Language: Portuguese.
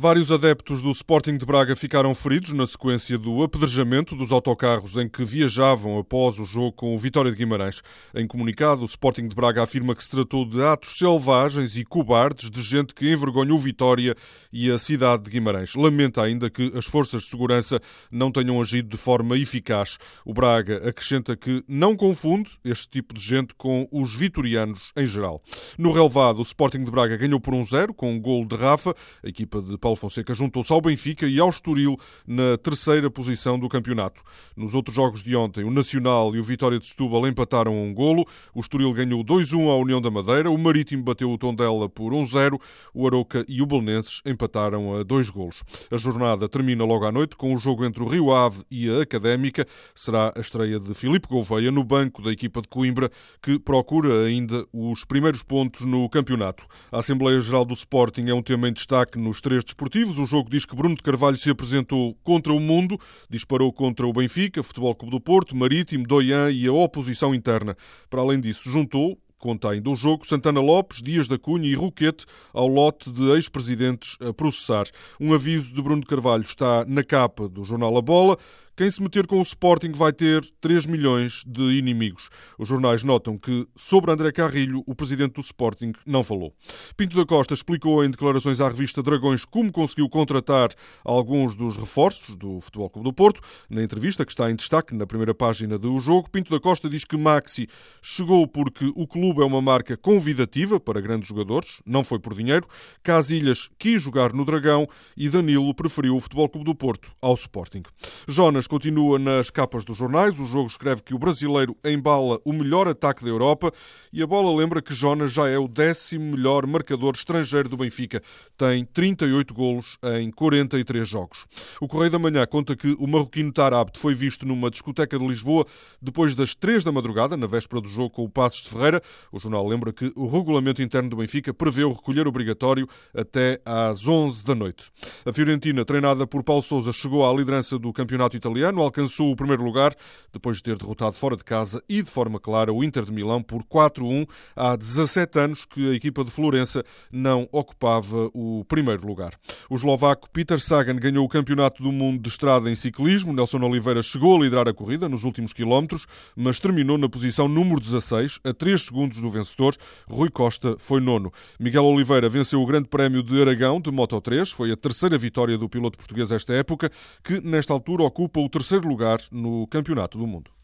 Vários adeptos do Sporting de Braga ficaram feridos na sequência do apedrejamento dos autocarros em que viajavam após o jogo com o Vitória de Guimarães. Em comunicado, o Sporting de Braga afirma que se tratou de atos selvagens e cobardes de gente que envergonhou Vitória e a cidade de Guimarães. Lamenta ainda que as forças de segurança não tenham agido de forma eficaz. O Braga acrescenta que não confunde este tipo de gente com os vitorianos em geral. No relevado, o Sporting de Braga ganhou por 1-0 com um golo de Rafa. A equipa de Paulo Fonseca juntou-se ao Benfica e ao Estoril na terceira posição do campeonato. Nos outros jogos de ontem, o Nacional e o Vitória de Setúbal empataram a um golo. O Estoril ganhou 2-1 à União da Madeira. O Marítimo bateu o Tondela por 1-0. O Arouca e o Belenenses empataram a 2 golos. A jornada termina logo à noite com o jogo entre o Rio Ave e a Académica. Será a estreia de Filipe Gouveia no banco da equipa de Coimbra, que procura ainda os primeiros pontos no campeonato. A Assembleia Geral do Sporting é um tema em destaque nos três desportivos. O jogo diz que Bruno de Carvalho se apresentou contra o mundo, disparou contra o Benfica, Futebol Clube do Porto, Marítimo, Doian e a oposição interna. Para além disso, juntou, conta ainda o jogo, Santana Lopes, Dias da Cunha e Roquete ao lote de ex-presidentes a processar. Um aviso de Bruno de Carvalho está na capa do jornal A Bola. Quem se meter com o Sporting vai ter 3 milhões de inimigos. Os jornais notam que, sobre André Carrilho, o presidente do Sporting não falou. Pinto da Costa explicou em declarações à revista Dragões como conseguiu contratar alguns dos reforços do Futebol Clube do Porto. Na entrevista, que está em destaque na primeira página do jogo, Pinto da Costa diz que Maxi chegou porque o clube é uma marca convidativa para grandes jogadores, não foi por dinheiro. Casilhas quis jogar no Dragão e Danilo preferiu o Futebol Clube do Porto ao Sporting. Jonas continua nas capas dos jornais. O jogo escreve que o brasileiro embala o melhor ataque da Europa e a Bola lembra que Jonas já é o 10º melhor marcador estrangeiro do Benfica. Tem 38 golos em 43 jogos. O Correio da Manhã conta que o marroquino Tarabt foi visto numa discoteca de Lisboa depois das 3 da madrugada, na véspera do jogo com o Passos de Ferreira. O jornal lembra que o regulamento interno do Benfica prevê o recolher obrigatório até às 11 da noite. A Fiorentina, treinada por Paulo Sousa, chegou à liderança do campeonato italiano, alcançou o primeiro lugar depois de ter derrotado fora de casa e de forma clara o Inter de Milão por 4-1. Há 17 anos que a equipa de Florença não ocupava o primeiro lugar. O eslovaco Peter Sagan ganhou o campeonato do mundo de estrada em ciclismo. Nelson Oliveira chegou a liderar a corrida nos últimos quilómetros, mas terminou na posição número 16, a 3 segundos do vencedor. Rui Costa foi nono. Miguel Oliveira venceu o Grande Prémio de Aragão de Moto3. Foi a terceira vitória do piloto português esta época, que nesta altura ocupa o terceiro lugar no Campeonato do Mundo.